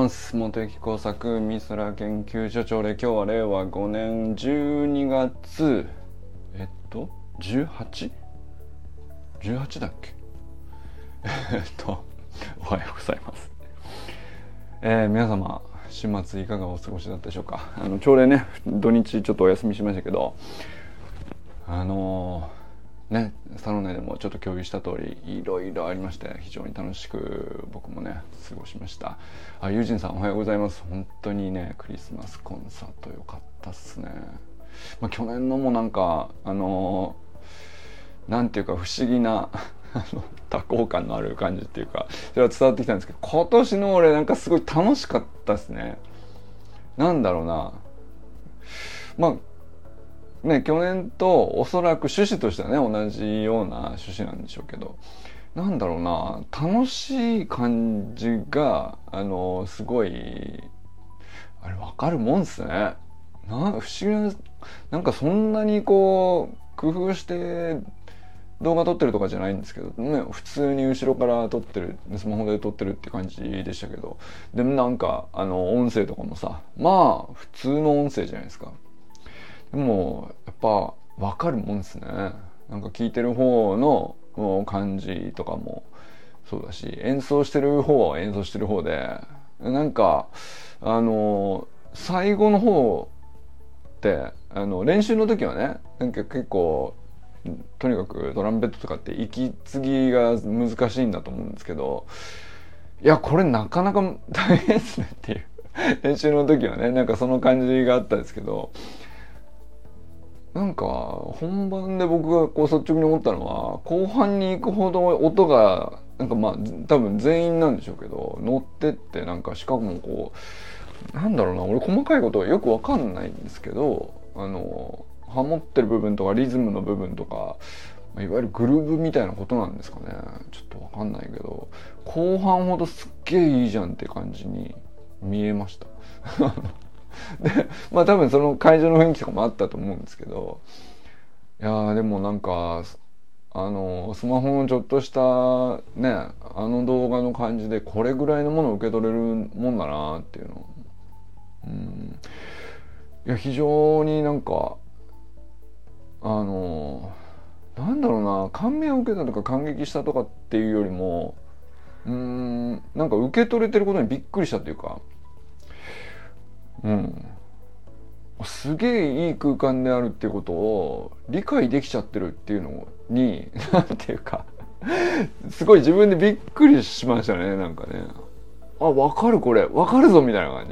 ます。茂木工作美空研究所長で、今日は令和5年12月18だっけおはようございます。皆様週末いかがお過ごしだったでしょうか。朝礼ね、土日ちょっとお休みしましたけど、サロン内でもちょっと共有した通りいろいろありまして、非常に楽しく僕もね過ごしました。友人さんおはようございます。本当にねクリスマスコンサート良かったっすね。去年のもなんかなんていうか不思議な多幸感のある感じっていうか、それは伝わってきたんですけど、今年の俺なんかすごい楽しかったですね。なんだろうな、去年とおそらく趣旨としてはね同じような趣旨なんでしょうけど、なんだろうな、楽しい感じがすごいあれ分かるもんですね。不思議な、なんかそんなにこう工夫して動画撮ってるとかじゃないんですけどね、普通に後ろから撮ってる、スマホで撮ってるって感じでしたけど、でもなんか音声とかもさ、まあ普通の音声じゃないですか。でもやっぱ分かるもんですね。なんか聞いてる方の感じとかもそうだし、演奏してる方は演奏してる方で、なんか最後の方って練習の時はね、なんか結構とにかくトランペットとかって息継ぎが難しいんだと思うんですけど、いやこれなかなか大変ですねっていう練習の時はね、なんかその感じがあったんですけど、なんか本番で僕がこう率直に思ったのは、後半に行くほど音がなんか多分全員なんでしょうけど乗ってって、なんかしかもこうなんだろうな、俺細かいことはよく分かんないんですけど、ハモってる部分とかリズムの部分とか、いわゆるグルーブみたいなことなんですかね、ちょっと分かんないけど、後半ほどすっげえいいじゃんって感じに見えましたで多分その会場の雰囲気とかもあったと思うんですけど、いやーでもなんかスマホのちょっとしたね動画の感じでこれぐらいのものを受け取れるもんだなっていうの、いや非常になんかなんだろうな、感銘を受けたとか感激したとかっていうよりも、なんか受け取れてることにびっくりしたっていうか、すげえいい空間であるっていうことを理解できちゃってるっていうのになんていうかすごい自分でびっくりしましたね。なんかね、分かる、これ分かるぞみたいな感じ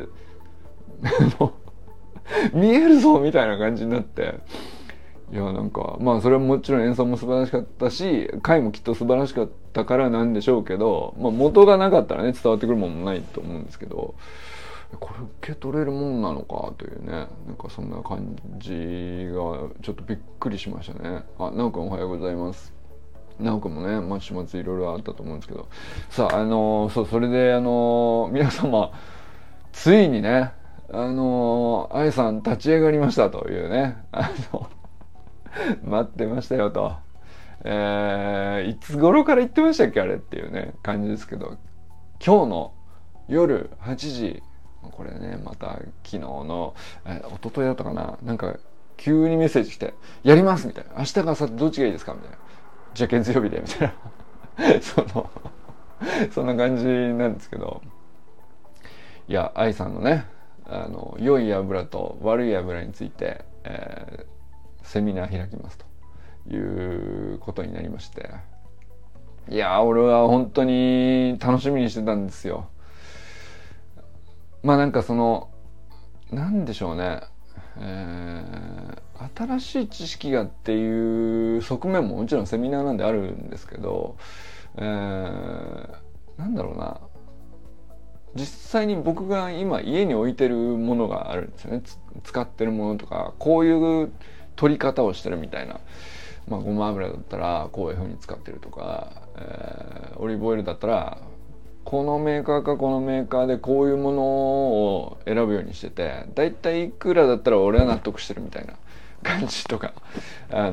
で見えるぞみたいな感じになって、いやなんかそれはもちろん演奏も素晴らしかったし、回もきっと素晴らしかったからなんでしょうけど、元がなかったらね伝わってくるものもないと思うんですけど、これ受け取れるもんなのかというね、なんかそんな感じがちょっとびっくりしましたね。なおくんおはようございます。なおくんもね、週末いろいろあったと思うんですけど、さあそれで皆様ついにね愛さん立ち上がりましたというね待ってましたよと、いつ頃から言ってましたっけあれっていうね感じですけど、今日の夜8時、これねまた昨日の一昨日だったかな、なんか急にメッセージ来て「やります」みたいな「明日か明後日どっちがいいですか」みたいな「じゃあ月曜日で」みたいなそんな感じなんですけど、いや愛さんのね良い油と悪い油について、セミナー開きますということになりまして、いや俺は本当に楽しみにしてたんですよ。なんかなんでしょうね、新しい知識がっていう側面ももちろんセミナーなんであるんですけど、なんだろうな、実際に僕が今家に置いてるものがあるんですよね。使ってるものとか、こういう取り方をしてるみたいな、ごま油だったらこういう風に使ってるとか、オリーブオイルだったらこのメーカーかこのメーカーでこういうものを選ぶようにしてて、だいたいいくらだったら俺は納得してるみたいな感じとか、割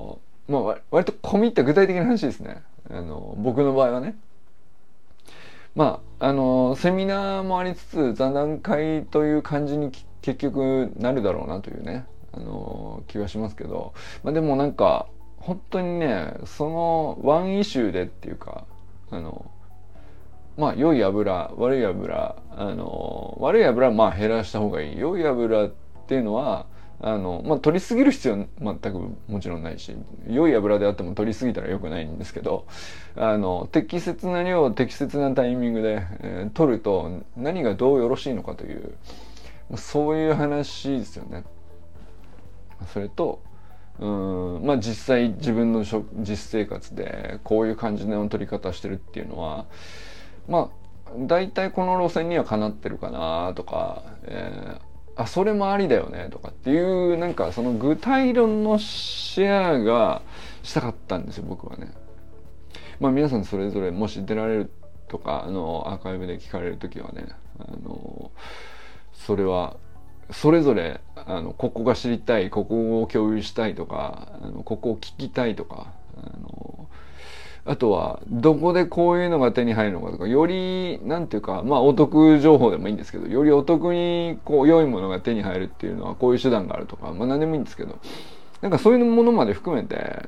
と込み入った具体的な話ですね。僕の場合はね、 セミナーもありつつ座談会という感じに結局なるだろうなというね、気はしますけど、でもなんか本当にね、そのワンイシューでっていうか、良い油、悪い油、悪い油は減らした方がいい。良い油っていうのは、取りすぎる必要は全くもちろんないし、良い油であっても取りすぎたら良くないんですけど、適切な量、適切なタイミングで、取ると何がどうよろしいのかという、そういう話ですよね。それと、実際自分の実生活でこういう感じの取り方してるっていうのは、大体この路線にはかなってるかなとか、それもありだよねとかっていう、なんかその具体論のシェアがしたかったんですよ、僕はね。皆さんそれぞれもし出られるとか、アーカイブで聞かれるときはね、それはそれぞれここが知りたい、ここを共有したいとか、ここを聞きたいとか、あとはどこでこういうのが手に入るのかとか、よりなんていうか、お得情報でもいいんですけど、よりお得にこう良いものが手に入るっていうのはこういう手段があるとか、何でもいいんですけど、なんかそういうものまで含めて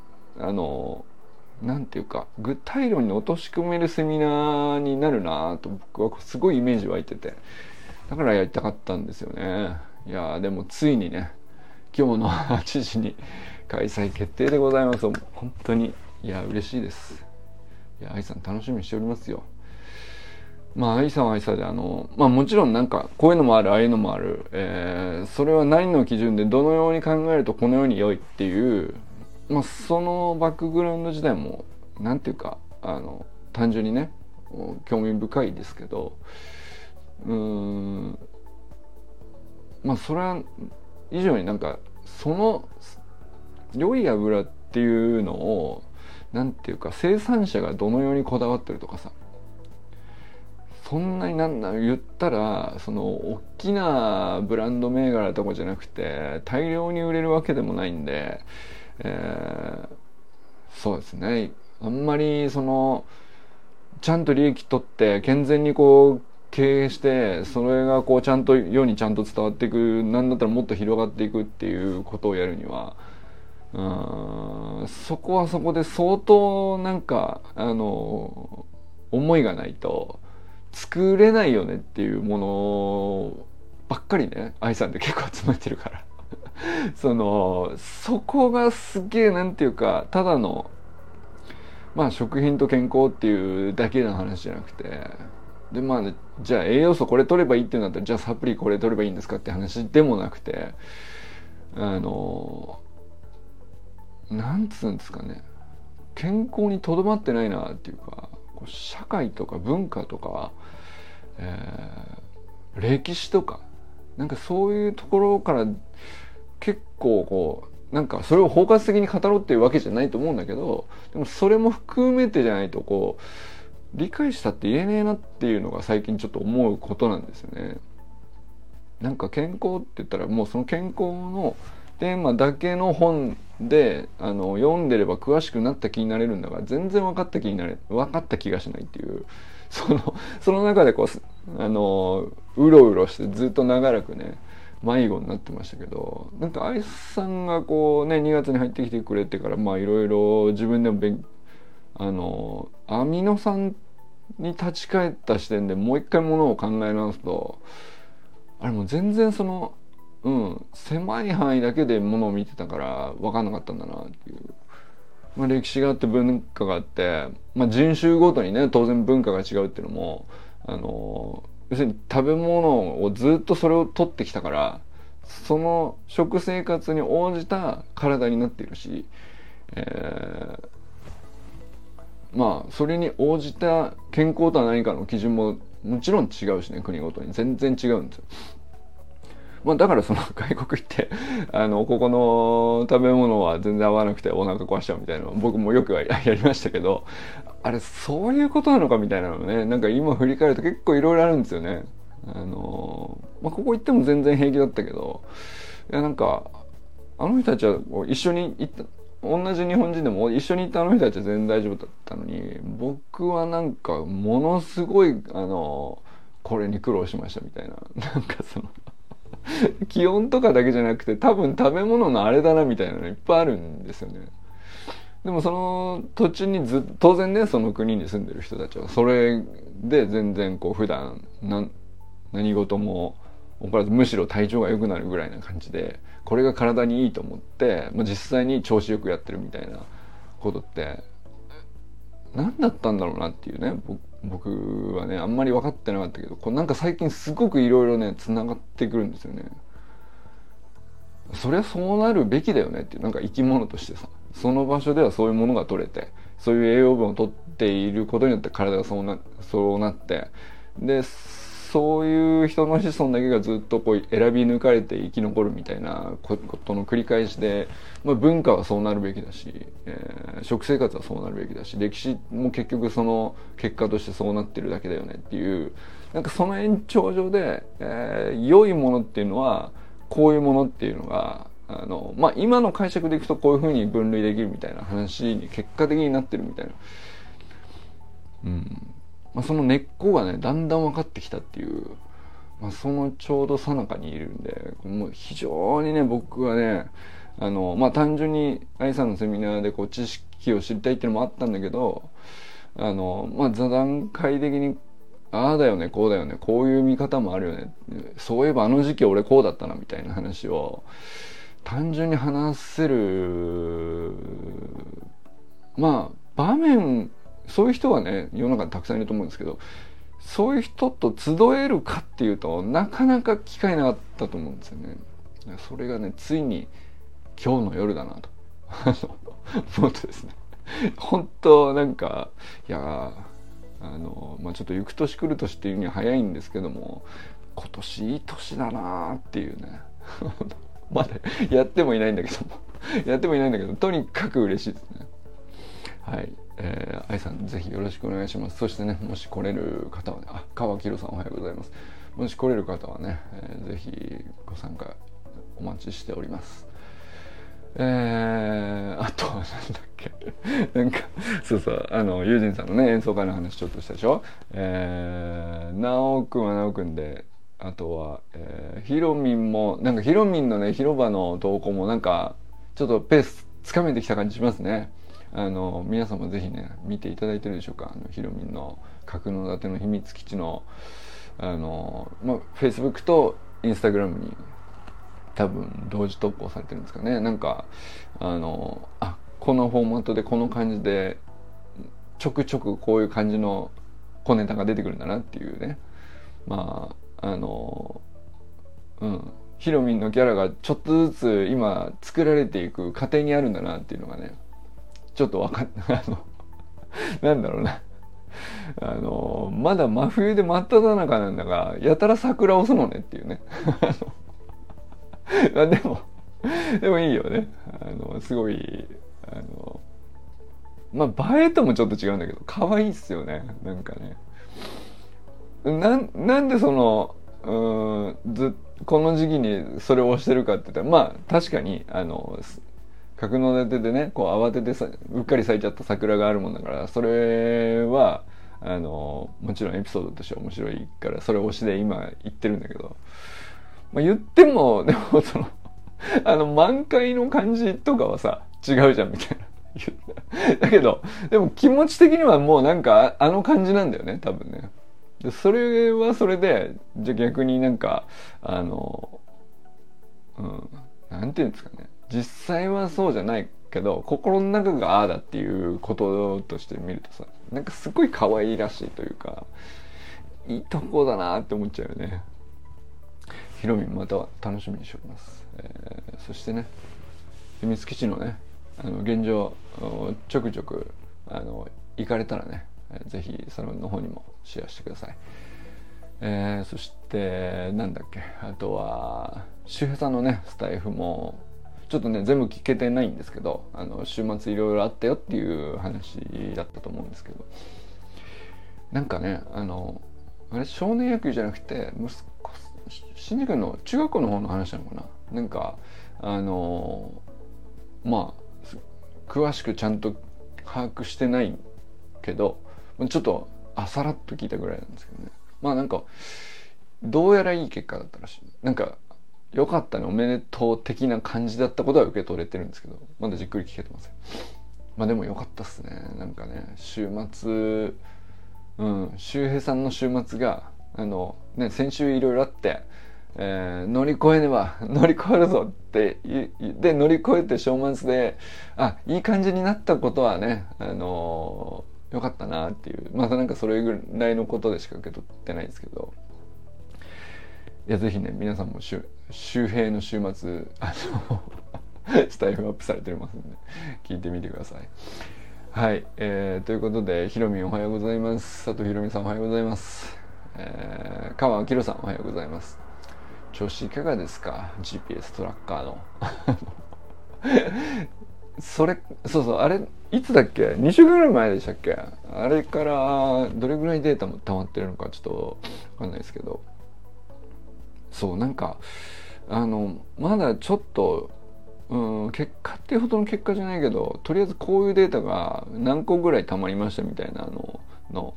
なんていうか具体論に落とし込めるセミナーになるなと僕はすごいイメージ湧いてて、だからやりたかったんですよね。いやでもついにね、今日の8時に開催決定でございます。本当に嬉しいです。愛さん楽しみにしておりますよ。愛さんは愛さんでもちろんなんかこういうのもある、ああいうのもある、それは何の基準でどのように考えるとこのように良いっていう、そのバックグラウンド自体もなんていうか単純にね興味深いですけど、それは以上になんかその良い油っていうのをなんていうか生産者がどのようにこだわってるとかさ、そんなに言ったらその大きなブランド銘柄とかじゃなくて大量に売れるわけでもないんで、そうですね、あんまりそのちゃんと利益取って健全にこう経営して、それがこうちゃんと世にちゃんと伝わっていく、なんだったらもっと広がっていくっていうことをやるには、そこはそこで相当なんか思いがないと作れないよねっていうものばっかりね、愛さんって結構集めてるからそこがすげえなんていうか、ただの食品と健康っていうだけの話じゃなくて、でじゃあ栄養素これ取ればいいっていうんだったら、じゃあサプリこれ取ればいいんですかって話でもなくて、なんつうんですかね、健康にとどまってないなっていうか、社会とか文化とか、歴史とか、なんかそういうところから結構こうなんかそれを包括的に語ろうっていうわけじゃないと思うんだけど、でもそれも含めてじゃないとこう理解したって言えねえなっていうのが最近ちょっと思うことなんですよね。なんか健康って言ったらもうその健康のテーマだけの本で読んでれば詳しくなった気になれるんだが、全然分かった気がしないっていう、その中でこううろうろしてずっと長らくね迷子になってましたけど、なんか愛さんがこうね2月に入ってきてくれてから、いろいろ自分でもアミノ酸に立ち返った視点でもう一回ものを考え直すと、あれもう全然狭い範囲だけでものを見てたから分かんなかったんだなっていう、歴史があって文化があって、人種ごとにね当然文化が違うっていうのも要するに食べ物をずっとそれを取ってきたから、その食生活に応じた体になっているし、それに応じた健康とは何かの基準ももちろん違うしね、国ごとに全然違うんですよ。だからその外国行ってここの食べ物は全然合わなくてお腹壊しちゃうみたいなの僕もよくやりましたけど、あれそういうことなのかみたいなのね、なんか今振り返ると結構いろいろあるんですよね。ここ行っても全然平気だったけど、いやなんかあの人たちは一緒に行った同じ日本人でも一緒に行ったあの人たちは全然大丈夫だったのに、僕はなんかものすごいこれに苦労しましたみたいな、なんかその気温とかだけじゃなくて多分食べ物のあれだなみたいなのいっぱいあるんですよね。でもその土地に当然ね、その国に住んでる人たちはそれで全然こう普段何事も起こらず、むしろ体調が良くなるぐらいな感じで、これが体にいいと思って、実際に調子よくやってるみたいなことって何だったんだろうなっていうね、僕はねあんまり分かってなかったけど、なんか最近すごくいろいろねつながってくるんですよね。そりゃそうなるべきだよねっていう、なんか生き物としてさ、その場所ではそういうものが取れて、そういう栄養分を取っていることによって体がそうなって、でそういう人の子孫だけがずっとこう選び抜かれて生き残るみたいなことの繰り返しで、文化はそうなるべきだし、食生活はそうなるべきだし、歴史も結局その結果としてそうなってるだけだよねっていう、なんかその延長上で、良いものっていうのはこういうものっていうのが今の解釈でいくとこういうふうに分類できるみたいな話に結果的になってるみたいな、その根っこがねだんだん分かってきたっていう、そのちょうど最中にいるんで、もう非常にね僕はね単純に愛さんのセミナーでこう知識を知りたいっていうのもあったんだけど、座談会的にああだよねこうだよね、こういう見方もあるよね、そういえばあの時期俺こうだったなみたいな話を単純に話せる場面、そういう人はね世の中にたくさんいると思うんですけど、そういう人と集えるかっていうとなかなか機会なかったと思うんですよね。それがねついに今日の夜だなと思ってですね、本当なんかいやちょっと行く年来る年っていうには早いんですけども、今年いい年だなっていうねまだやってもいないんだけどとにかく嬉しいですね。はい、愛さんぜひよろしくお願いします。そしてね、もし来れる方はね、川木さんおはようございます。もし来れる方はね、ぜひご参加お待ちしております。あとはなんだっけなんかそうユージンさんのね演奏会の話ちょっとしたでしょ。直くんは直くんで、あとは、ひろみんもなんかひろみんのね広場の投稿もなんかちょっとペースつかめてきた感じしますね。皆さんもぜひね見ていただいてるでしょうか。ひろみんの角館の秘密基地のFacebook と Instagram に多分同時投稿されてるんですかね。なんかこのフォーマットでこの感じでちょくちょくこういう感じの小ネタが出てくるんだなっていうね、ひろみんのキャラがちょっとずつ今作られていく過程にあるんだなっていうのがねちょっとなんだろうなまだ真冬で真っ只中なんだがやたら桜を押すのねっていうねでもいいよね。すごい映えともちょっと違うんだけど可愛いっすよね。なんかねなんでこの時期にそれをしてるかって言ったら確かに角館でねこう慌ててうっかり咲いちゃった桜があるもんだから、それはもちろんエピソードとして面白いからそれ推しで今言ってるんだけど、言ってもでも満開の感じとかはさ違うじゃんみたいなだけどでも気持ち的にはもうなんかあの感じなんだよね多分ね。でそれはそれでじゃあ逆になんかなんていうんですかね、実際はそうじゃないけど心の中がああだっていうこととして見るとさ、なんかすごい可愛らしいというかいいとこだなって思っちゃうよね。ひろみんまた楽しみにしております。そしてね秘密基地のね現状ちょくちょく行かれたらねぜひその方にもシェアしてください。そしてなんだっけ、あとは周平さんのねスタイフもちょっとね全部聞けてないんですけど、週末いろいろあったよっていう話だったと思うんですけど、なんかねあれ少年野球じゃなくて新宿の中学校の方の話なのかな。なんか詳しくちゃんと把握してないけど、ちょっとさらっと聞いたぐらいなんですけどね。まあなんかどうやらいい結果だったらしい。なんか良かったね、おめでとう的な感じだったことは受け取れてるんですけど、まだじっくり聞けてません。まあでも良かったっすね。なんかね、週末、周平さんの週末が先週いろいろあって、乗り越えねば乗り越えるぞってで乗り越えて週末でいい感じになったことはね、よかったなっていう、またなんかそれぐらいのことでしか受け取ってないですけど、いやぜひね皆さんも周平の週末スタイフアップされてますんで聞いてみてください。はい、ということでひろみんおはようございます。佐藤ひろみさんおはようございます。川明さんおはようございます。調子いかがですか GPS トラッカーのそうあれいつだっけ、2週間ぐらい前でしたっけ、あれからどれぐらいデータも溜まってるのかちょっと分かんないですけど、そうなんかまだちょっと結果っていうほどの結果じゃないけど、とりあえずこういうデータが何個ぐらい溜まりましたみたいなの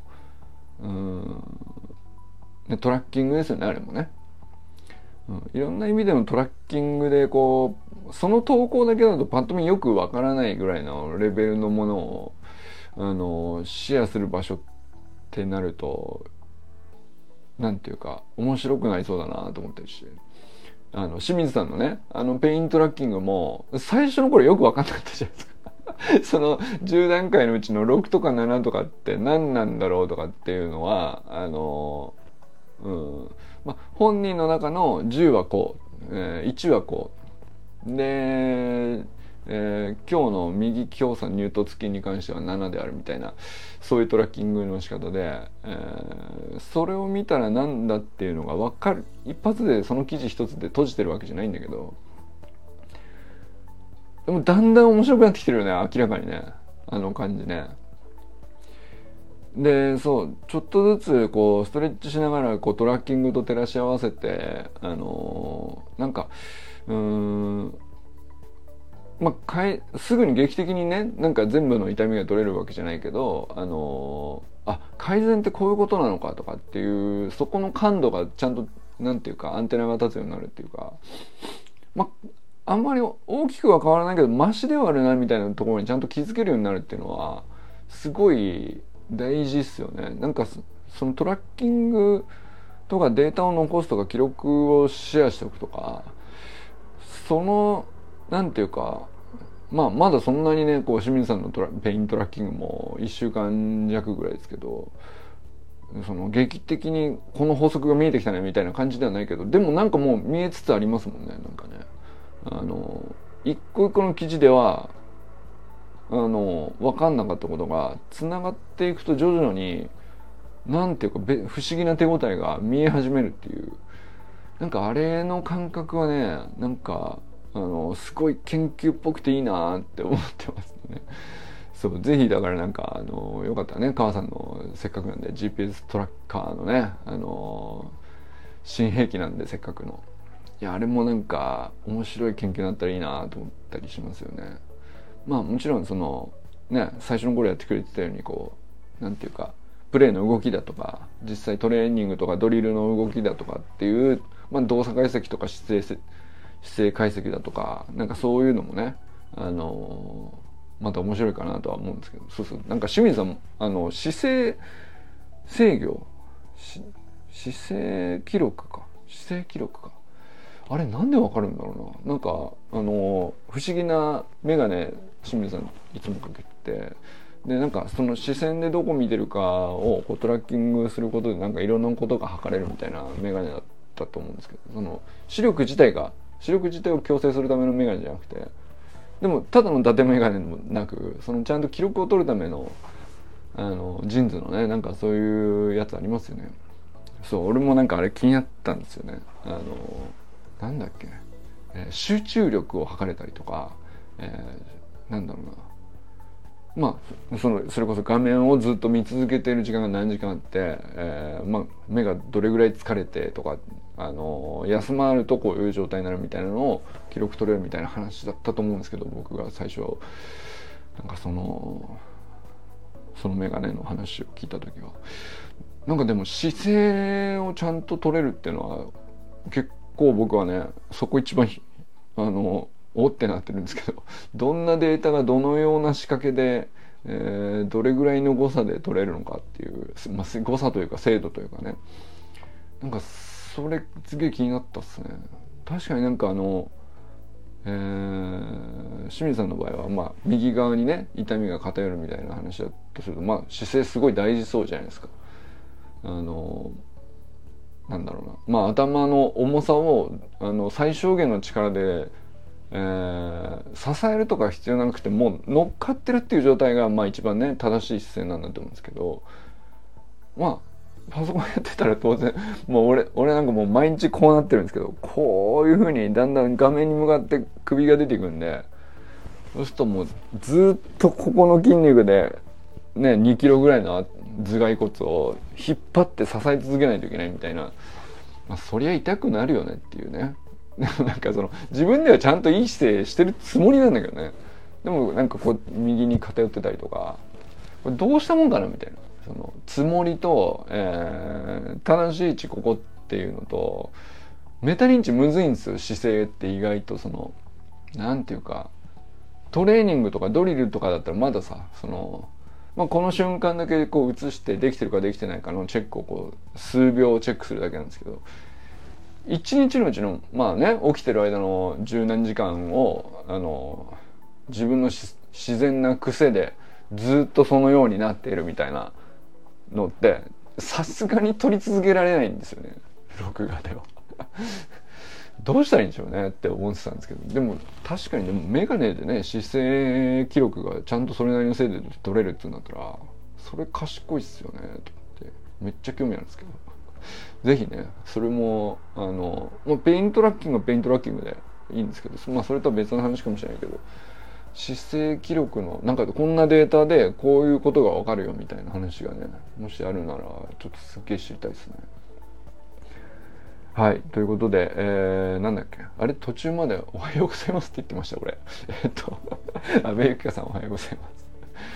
トラッキングですよね、あれもね。いろんな意味でのトラッキングでこうその投稿だけだとパッと見よくわからないぐらいのレベルのものをシェアする場所ってなると、なんていうか面白くなりそうだなと思ったりして、清水さんのねペイントラッキングも最初の頃よく分かんなかったじゃないですかその10段階のうちの6とか7とかって何なんだろうとかっていうのは本人の中の10はこう、1はこうで、今日の右強鎖乳突筋に関しては7であるみたいな、そういうトラッキングの仕方で、それを見たらなんだっていうのが分かる、一発でその記事一つで閉じてるわけじゃないんだけど、でもだんだん面白くなってきてるよね、明らかにね、あの感じね。でそうちょっとずつこうストレッチしながらこうトラッキングと照らし合わせてなんかすぐに劇的にねなんか全部の痛みが取れるわけじゃないけど改善ってこういうことなのかとかっていう、そこの感度がちゃんとなんていうかアンテナが立つようになるっていうか、あんまり大きくは変わらないけどマシではあるなみたいなところにちゃんと気づけるようになるっていうのはすごい大事っすよね。なんかそのトラッキングとかデータを残すとか記録をシェアしておくとか、そのなんていうかまだそんなにねこう清水さんのペイントラッキングも1週間弱ぐらいですけど、その劇的にこの法則が見えてきたねみたいな感じではないけど、でもなんかもう見えつつありますもんね。なんかね一個一個の記事では分かんなかったことがつながっていくと徐々になんていうか不思議な手応えが見え始めるっていう、なんかあれの感覚はねなんかすごい研究っぽくていいなって思ってますね。そうぜひだからなんかよかったらね川さんのせっかくなんで GPS トラッカーのね新兵器なんでせっかくのあれもなんか面白い研究になったらいいなと思ったりしますよね。もちろんそのね最初の頃やってくれてたようにこうなんていうかプレーの動きだとか実際トレーニングとかドリルの動きだとかっていう、動作解析とか姿勢解析だとかなんかそういうのもねまた面白いかなとは思うんですけど、そうなんか清水さんも姿勢制御姿勢記録かあれなんでわかるんだろうな。なんか不思議な眼鏡清水さんいつもかけてでなんかその視線でどこ見てるかをこうトラッキングすることでなんかいろんなことが測れるみたいな眼鏡だったと思うんですけど、その視力自体を矯正するための眼鏡じゃなくて、でもただの伊達眼鏡でもなくそのちゃんと記録を取るためのジンズのねなんかそういうやつありますよね。そう俺もなんかあれ気になったんですよね。なんだっけ、集中力を測れたりとか、なんだろうなそれこそ画面をずっと見続けている時間が何時間あって、目がどれぐらい疲れてとか休まるとこういう状態になるみたいなのを記録取れるみたいな話だったと思うんですけど、僕が最初なんかそのメガネの話を聞いた時はなんかでも姿勢をちゃんと取れるっていうのは結構僕はねそこ一番おってなってるんですけど、どんなデータがどのような仕掛けで、どれぐらいの誤差で取れるのかっていう、まあ、誤差というか精度というかね、なんかそれすげえ気になったっすね。確かになんか清水さんの場合は、まあ、右側にね痛みが偏るみたいな話だとすると、まあ、姿勢すごい大事そうじゃないですか。なんだろうな、まあ頭の重さを最小限の力で、支えるとか必要なくてもう乗っかってるっていう状態がまあ一番ね正しい姿勢なんだと思うんですけど、まあパソコンやってたら当然もう俺なんかもう毎日こうなってるんですけど、こういう風にだんだん画面に向かって首が出ていくんで、そうするともうずっとここの筋肉でね2キロぐらいの頭蓋骨を引っ張って支え続けないといけないみたいな、まあ、そりゃ痛くなるよねっていうね。でもなんか自分ではちゃんといい姿勢してるつもりなんだけどね、でもなんかこう右に偏ってたりとか、これどうしたもんかなみたいな、つもりと、正しい位置ここっていうのと、メタ認知むずいんですよ。姿勢って意外となんていうか、トレーニングとかドリルとかだったらまださ、まあ、この瞬間だけこう映してできてるかできてないかのチェックをこう数秒チェックするだけなんですけど、一日のうちのまあね起きてる間の十何時間を自分の自然な癖でずっとそのようになっているみたいなのってさすがに取り続けられないんですよね、録画では。どうしたらいいんでしょうねって思ってたんですけど、でも確かにでもメガネでね姿勢記録がちゃんとそれなりの精度で取れるっていうんだったらそれ賢いっすよねと思ってめっちゃ興味あるんですけど、ぜひねそれもペイントラッキングはペイントラッキングでいいんですけど、まあそれとは別の話かもしれないけど、姿勢記録のなんかこんなデータでこういうことが分かるよみたいな話がねもしあるならちょっとすっげえ知りたいですね。はい、ということで、なんだっけあれ途中までおはようございますって言ってました俺。阿部ゆきかさんおはようございます。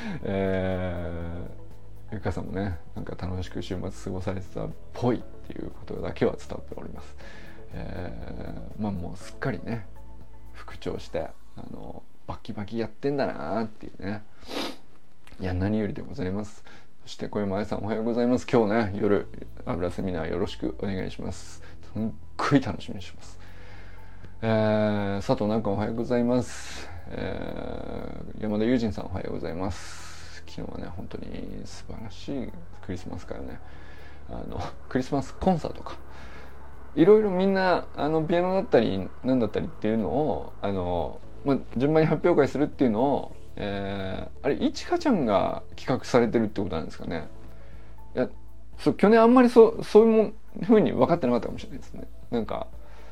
ゆきかさんもねなんか楽しく週末過ごされてたっぽいっていうことだけは伝わっております。まあもうすっかりね復調してバキバキやってんだなーっていうね、いや何よりでございます。そして小山愛さんおはようございます。今日ね夜油セミナーよろしくお願いします。すっごい楽しみにします。佐藤なんかおはようございます。山田友人さんおはようございます。昨日はね本当に素晴らしいクリスマスからねクリスマスコンサートかいろいろみんなピアノだったり何だったりっていうのをまあ、順番に発表会するっていうのを、あれいちかちゃんが企画されてるってことなんですかね。いや去年あんまりそういう風に分かってなかったかもしれないですね。なんか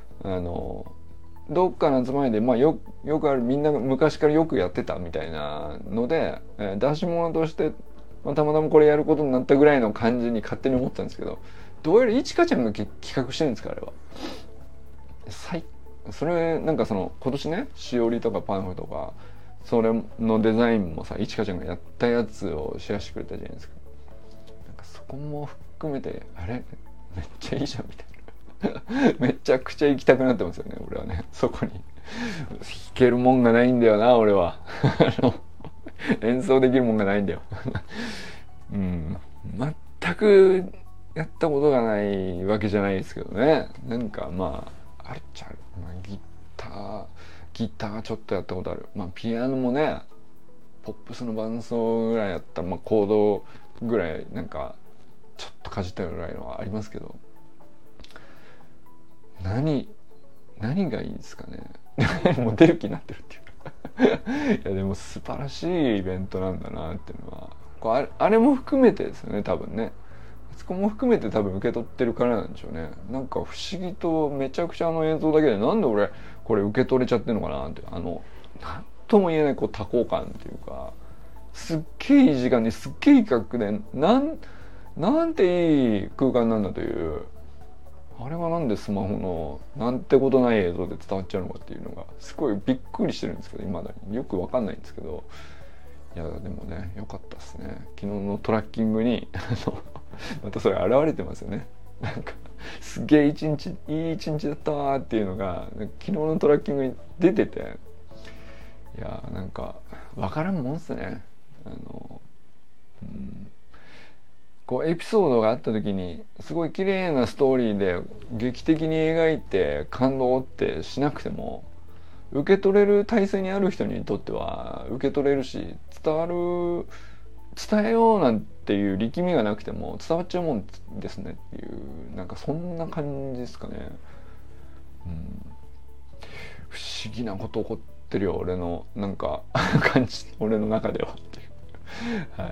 どっかの集まりで、まあ、よくあるみんなが昔からよくやってたみたいなので、出し物として、まあ、たまたまこれやることになったぐらいの感じに勝手に思ってたんですけど、どうやらいちかちゃんが企画してるんですかあれは。それなんか今年ねしおりとかパンフとかそれのデザインもさいちかちゃんがやったやつをシェアしてくれたじゃないですか。なんかそこも含めてあれめっちゃいいじゃんみたいなめちゃくちゃ行きたくなってますよね俺はね。そこに弾けるもんがないんだよな俺は演奏できるもんがないんだようん全くやったことがないわけじゃないですけどね。なんかまああるっちゃある、まあ、ギターちょっとやったことある。まあピアノもねポップスの伴奏ぐらいやったら、まあ、コードぐらいなんかちょっとかじったぐらいのはありますけど、何がいいですかねもう出る気になってるっていういやでも素晴らしいイベントなんだなっていうのはあれも含めてですよね多分ね。そこも含めて多分受け取ってるからなんでしょうね。なんか不思議とめちゃくちゃ映像だけでなんで俺これ受け取れちゃってんのかなってなんとも言えないこう多幸感っていうか、すっげえいい時間にすっげえいい企画でなんていい空間なんだという、あれはなんでスマホのなんてことない映像で伝わっちゃうのかっていうのがすごいびっくりしてるんですけど、未だによくわかんないんですけど、 いやでもね良かったですね。昨日のトラッキングにまたそれ現れてますよね。なんかすげえいい一日だったわっていうのが昨日のトラッキングに出てて、いやなんか分からんもんっすね。こうエピソードがあった時にすごい綺麗なストーリーで劇的に描いて感動ってしなくても、受け取れる体制にある人にとっては受け取れるし、伝えようなんていう力みがなくても伝わっちゃうもんですねっていう、なんかそんな感じですかね。不思議なこと起こってるよ俺のなんか感じ、俺の中ではっていうはい、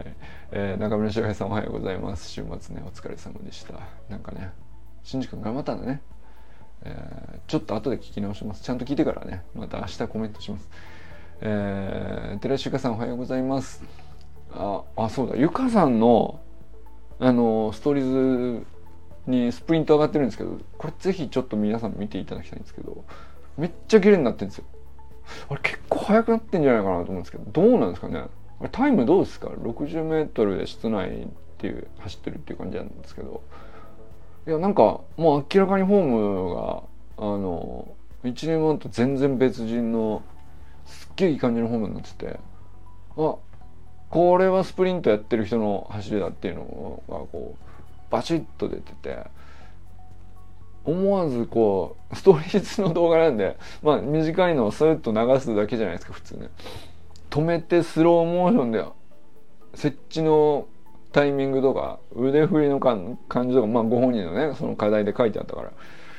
中村翔平さんおはようございます。週末ねお疲れ様でした。なんかね新次君頑張ったんだね。ちょっと後で聞き直します。ちゃんと聞いてからねまた明日コメントします。寺石ゆかさんおはようございます。そうだ、ゆかさんのストーリーズにスプリント上がってるんですけど、これぜひちょっと皆さん見ていただきたいんですけど、めっちゃ綺麗になってるんですよ。あれ結構速くなってんじゃないかなと思うんですけど、どうなんですかね。あれタイムどうですか。60メートルで室内っていう走ってるっていう感じなんですけど、いやなんかもう明らかにフォームが1年前と全然別人のすっげえいい感じのフォームになってて、これはスプリントやってる人の走りだっていうのがこうバチッと出てて、思わずこうストーリーズの動画なんで短いのをスーッと流すだけじゃないですか普通ね。止めてスローモーションで設置のタイミングとか腕振りの感じとか、ご本人のねその課題で書いてあったから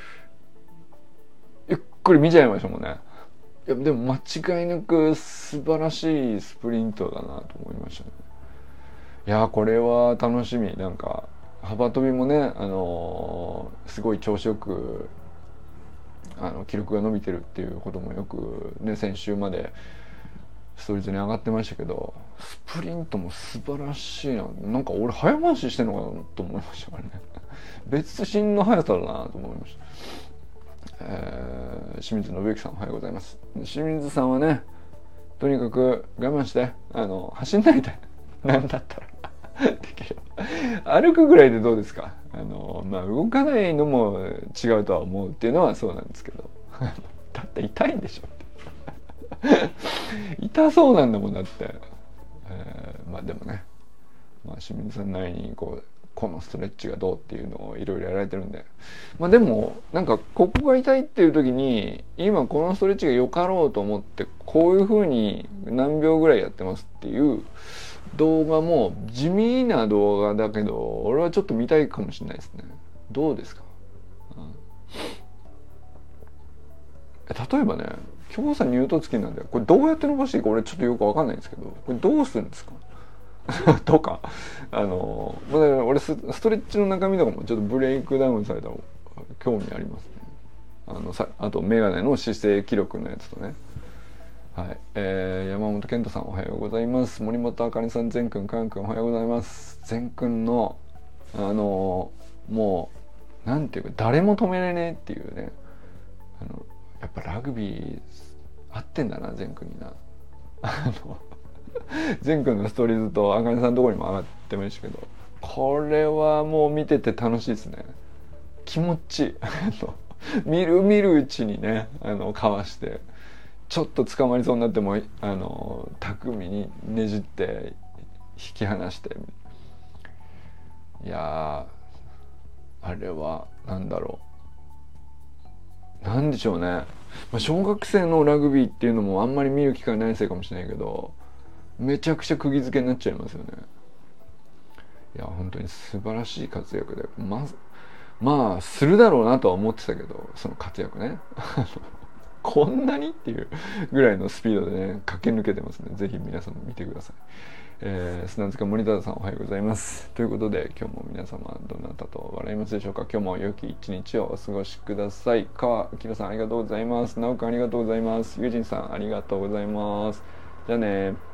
ゆっくり見ちゃいましたもんね。いやでも間違いなく素晴らしいスプリントだなと思いましたね。いやこれは楽しみ。なんか幅跳びもねすごい調子よく記録が伸びてるっていうこともよくね先週までストーリーズに上がってましたけど、スプリントも素晴らしいな。なんか俺早回ししてんのかなと思いましたからね別人の速さだなと思いました。清水信之さんおはようございます。清水さんはねとにかく我慢して走んないでなんだったらできる歩くぐらいでどうですか。動かないのも違うとは思うっていうのはそうなんですけどだって痛いんでしょって痛そうなんだもんだって、でもね、清水さんなりにこのストレッチがどうっていうのをいろいろやられてるんで、でもなんかここが痛いっていう時に今このストレッチがよかろうと思ってこういう風に何秒ぐらいやってますっていう動画も地味な動画だけど俺はちょっと見たいかもしれないですね。どうですか。例えばね強さ乳突筋なんでこれどうやって伸ばしていいか俺ちょっとよく分かんないんですけど、これどうするんですかとか俺ストレッチの中身とかもちょっとブレイクダウンされたら興味ありますね。あとメガネの姿勢記録のやつとね。はい、山本健太さんおはようございます。森本あかりさん、善くん、かんくんおはようございます。善くんのもうなんていうか誰も止めれねえっていうね、やっぱラグビー合ってんだな善くんにな善くんのストーリーズとあかりさんのところにも上がってましたけど、これはもう見てて楽しいですね。気持ちいい見るうちにねかわしてちょっと捕まりそうになっても巧みにねじって引き離して、いやあれはなんだろう、なんでしょうね。小学生のラグビーっていうのもあんまり見る機会ないせいかもしれないけどめちゃくちゃ釘付けになっちゃいますよね。いや本当に素晴らしい活躍でするだろうなとは思ってたけどその活躍ねこんなにっていうぐらいのスピードでね駆け抜けてますね。ぜひ皆さんも見てください。砂塚森田さんおはようございます。ということで今日も皆様どなたと笑いますでしょうか。今日も良き一日をお過ごしください。川明さんありがとうございます。直くんありがとうございます。ゆうじんさんありがとうございます。じゃあね。